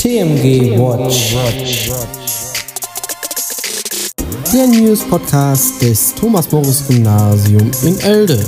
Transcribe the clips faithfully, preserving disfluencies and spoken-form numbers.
T M G Watch, der News-Podcast des Thomas-Morris-Gymnasium in Elde.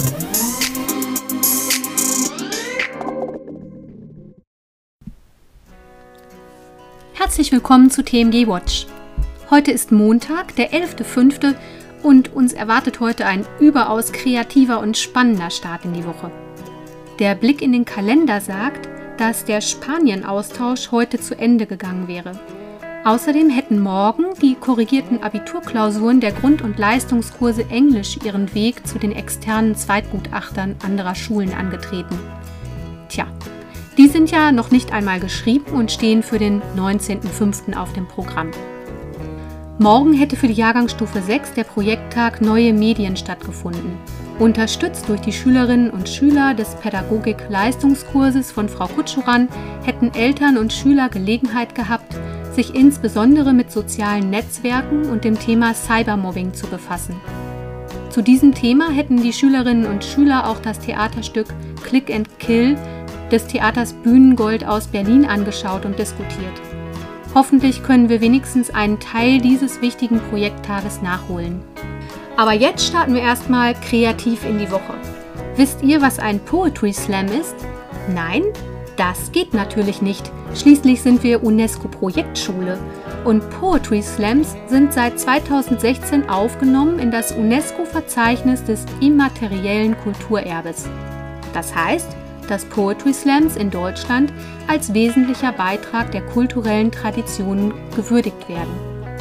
Herzlich willkommen zu T M G Watch. Heute ist Montag, der elfter fünfter und uns erwartet heute ein überaus kreativer und spannender Start in die Woche. Der Blick in den Kalender sagt, dass der Spanien-Austausch heute zu Ende gegangen wäre. Außerdem hätten morgen die korrigierten Abiturklausuren der Grund- und Leistungskurse Englisch ihren Weg zu den externen Zweitgutachtern anderer Schulen angetreten. Tja, die sind ja noch nicht einmal geschrieben und stehen für den neunzehnten fünften auf dem Programm. Morgen hätte für die Jahrgangsstufe sechs der Projekttag Neue Medien stattgefunden. Unterstützt durch die Schülerinnen und Schüler des Pädagogik-Leistungskurses von Frau Kutschuran hätten Eltern und Schüler Gelegenheit gehabt, sich insbesondere mit sozialen Netzwerken und dem Thema Cybermobbing zu befassen. Zu diesem Thema hätten die Schülerinnen und Schüler auch das Theaterstück Click and Kill des Theaters Bühnengold aus Berlin angeschaut und diskutiert. Hoffentlich können wir wenigstens einen Teil dieses wichtigen Projekttages nachholen. Aber jetzt starten wir erstmal kreativ in die Woche. Wisst ihr, was ein Poetry Slam ist? Nein? Das geht natürlich nicht. Schließlich sind wir UNESCO-Projektschule. Und Poetry Slams sind seit zweitausendsechzehn aufgenommen in das UNESCO-Verzeichnis des immateriellen Kulturerbes. Das heißt, dass Poetry Slams in Deutschland als wesentlicher Beitrag der kulturellen Traditionen gewürdigt werden.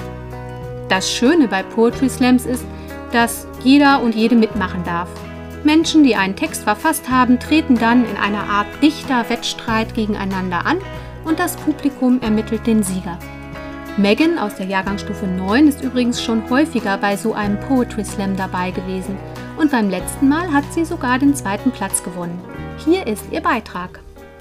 Das Schöne bei Poetry Slams ist, dass jeder und jede mitmachen darf. Menschen, die einen Text verfasst haben, treten dann in einer Art Dichter-Wettstreit gegeneinander an und das Publikum ermittelt den Sieger. Megan aus der Jahrgangsstufe neun ist übrigens schon häufiger bei so einem Poetry Slam dabei gewesen und beim letzten Mal hat sie sogar den zweiten Platz gewonnen. Hier ist ihr Beitrag.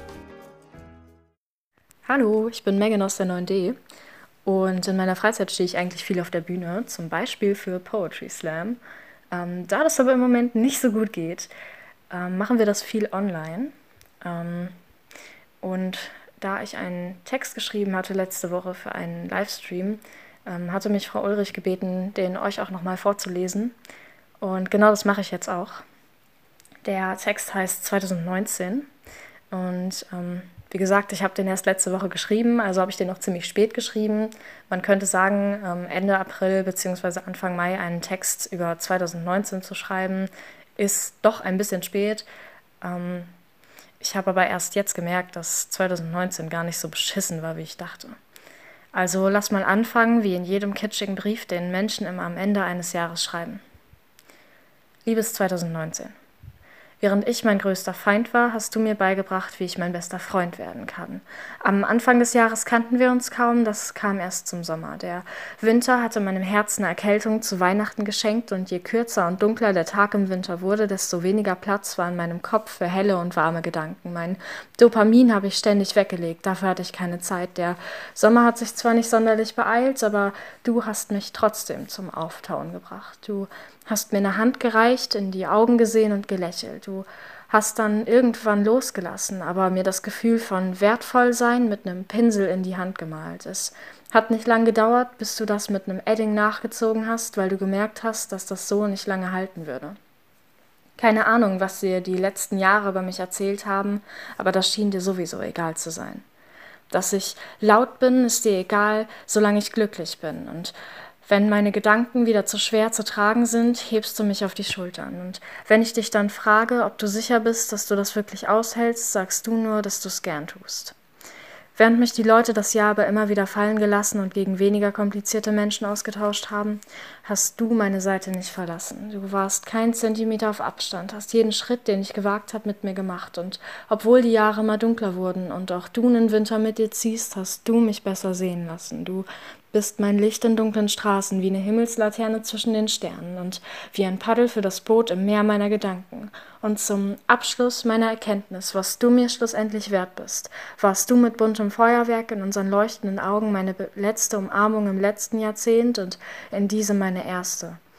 Hallo, ich bin Megan aus der neun D. Und in meiner Freizeit stehe ich eigentlich viel auf der Bühne, zum Beispiel für Poetry Slam. Ähm, da das aber im Moment nicht so gut geht, ähm, machen wir das viel online. Ähm, und da ich einen Text geschrieben hatte letzte Woche für einen Livestream, ähm, hatte mich Frau Ulrich gebeten, den euch auch nochmal vorzulesen. Und genau das mache ich jetzt auch. Der Text heißt zweitausendneunzehn und ähm, wie gesagt, ich habe den erst letzte Woche geschrieben, also habe ich den noch ziemlich spät geschrieben. Man könnte sagen, Ende April bzw. Anfang Mai einen Text über zweitausendneunzehn zu schreiben, ist doch ein bisschen spät. Ich habe aber erst jetzt gemerkt, dass zweitausendneunzehn gar nicht so beschissen war, wie ich dachte. Also lass mal anfangen, wie in jedem kitschigen Brief, den Menschen immer am Ende eines Jahres schreiben. Liebes zweitausendneunzehn. Während ich mein größter Feind war, hast du mir beigebracht, wie ich mein bester Freund werden kann. Am Anfang des Jahres kannten wir uns kaum, das kam erst zum Sommer. Der Winter hatte meinem Herzen Erkältung zu Weihnachten geschenkt und je kürzer und dunkler der Tag im Winter wurde, desto weniger Platz war in meinem Kopf für helle und warme Gedanken. Mein Dopamin habe ich ständig weggelegt, dafür hatte ich keine Zeit. Der Sommer hat sich zwar nicht sonderlich beeilt, aber du hast mich trotzdem zum Auftauen gebracht. Du hast mir eine Hand gereicht, in die Augen gesehen und gelächelt. Du hast dann irgendwann losgelassen, aber mir das Gefühl von Wertvollsein mit einem Pinsel in die Hand gemalt. Es hat nicht lange gedauert, bis du das mit einem Edding nachgezogen hast, weil du gemerkt hast, dass das so nicht lange halten würde. Keine Ahnung, was dir die letzten Jahre über mich erzählt haben, aber das schien dir sowieso egal zu sein. Dass ich laut bin, ist dir egal, solange ich glücklich bin. Und wenn meine Gedanken wieder zu schwer zu tragen sind, hebst du mich auf die Schultern. Und wenn ich dich dann frage, ob du sicher bist, dass du das wirklich aushältst, sagst du nur, dass du es gern tust. Während mich die Leute das Jahr aber immer wieder fallen gelassen und gegen weniger komplizierte Menschen ausgetauscht haben, hast du meine Seite nicht verlassen. Du warst kein Zentimeter auf Abstand, hast jeden Schritt, den ich gewagt habe, mit mir gemacht. Und obwohl die Jahre immer dunkler wurden und auch du einen Winter mit dir ziehst, hast du mich besser sehen lassen. Du bist mein Licht in dunklen Straßen, wie eine Himmelslaterne zwischen den Sternen und wie ein Paddel für das Boot im Meer meiner Gedanken. Und zum Abschluss meiner Erkenntnis, was du mir schlussendlich wert bist, warst du mit buntem Feuerwerk in unseren leuchtenden Augen meine letzte Umarmung im letzten Jahrzehnt und in diesem meine erste.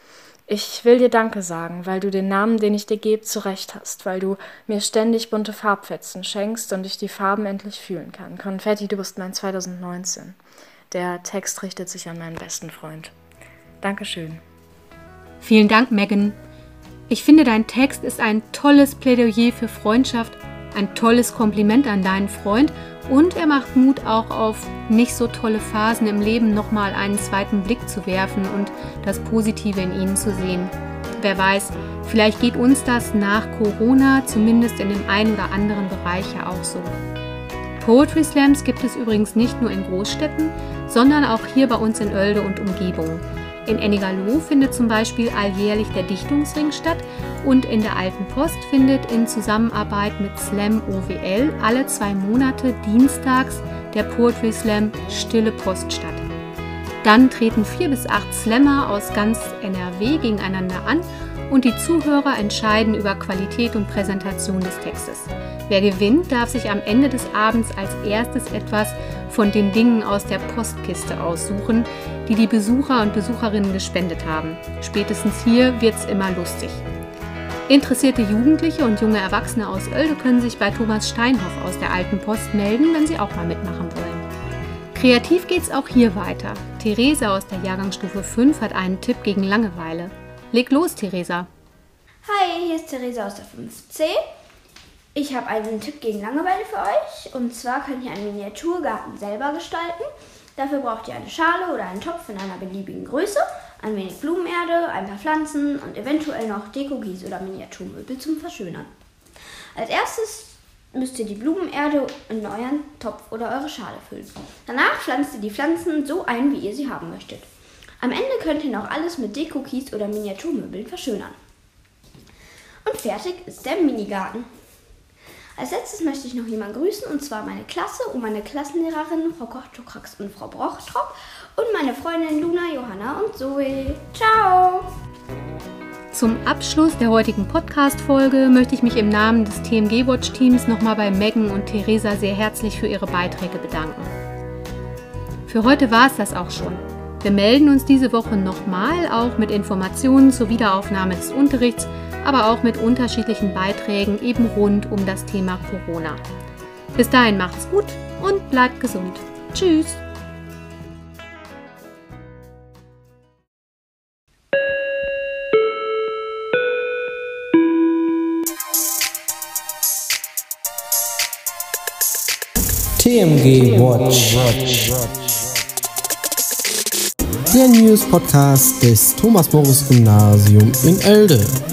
Ich will dir Danke sagen, weil du den Namen, den ich dir gebe, zurecht hast, weil du mir ständig bunte Farbfetzen schenkst und ich die Farben endlich fühlen kann. Konfetti, du bist mein zwanzig neunzehn. Der Text richtet sich an meinen besten Freund. Dankeschön. Vielen Dank, Megan. Ich finde, dein Text ist ein tolles Plädoyer für Freundschaft, ein tolles Kompliment an deinen Freund und er macht Mut, auch auf nicht so tolle Phasen im Leben nochmal einen zweiten Blick zu werfen und das Positive in ihnen zu sehen. Wer weiß, vielleicht geht uns das nach Corona zumindest in dem einen oder anderen Bereich ja auch so. Poetry Slams gibt es übrigens nicht nur in Großstädten, sondern auch hier bei uns in Oelde und Umgebung. In Ennigerloh findet zum Beispiel alljährlich der Dichtungsring statt und in der Alten Post findet in Zusammenarbeit mit Slam O W L alle zwei Monate dienstags der Poetry Slam Stille Post statt. Dann treten vier bis acht Slammer aus ganz N R W gegeneinander an und die Zuhörer entscheiden über Qualität und Präsentation des Textes. Wer gewinnt, darf sich am Ende des Abends als erstes etwas von den Dingen aus der Postkiste aussuchen, die die Besucher und Besucherinnen gespendet haben. Spätestens hier wird's immer lustig. Interessierte Jugendliche und junge Erwachsene aus Oelde können sich bei Thomas Steinhoff aus der Alten Post melden, wenn sie auch mal mitmachen wollen. Kreativ geht's auch hier weiter. Theresa aus der Jahrgangsstufe fünf hat einen Tipp gegen Langeweile. Leg los, Theresa. Hi, hier ist Theresa aus der fünf C. Ich habe einen Tipp gegen Langeweile für euch. Und zwar könnt ihr einen Miniaturgarten selber gestalten. Dafür braucht ihr eine Schale oder einen Topf in einer beliebigen Größe, ein wenig Blumenerde, ein paar Pflanzen und eventuell noch Deko-Gieße oder Miniaturmöbel zum Verschönern. Als erstes müsst ihr die Blumenerde in euren Topf oder eure Schale füllen. Danach pflanzt ihr die Pflanzen so ein, wie ihr sie haben möchtet. Am Ende könnt ihr noch alles mit Deko-Kies oder Miniaturmöbeln verschönern. Und fertig ist der Minigarten. Als letztes möchte ich noch jemanden grüßen, und zwar meine Klasse und meine Klassenlehrerin Frau Kochtokrax und Frau Brochtrop und meine Freundin Luna, Johanna und Zoe. Ciao! Zum Abschluss der heutigen Podcast-Folge möchte ich mich im Namen des T M G-Watch-Teams nochmal bei Megan und Theresa sehr herzlich für ihre Beiträge bedanken. Für heute war es das auch schon. Wir melden uns diese Woche nochmal, auch mit Informationen zur Wiederaufnahme des Unterrichts, aber auch mit unterschiedlichen Beiträgen eben rund um das Thema Corona. Bis dahin macht's gut und bleibt gesund. Tschüss! T M G Watch. Der News-Podcast des Thomas-Morris-Gymnasium in Oelde.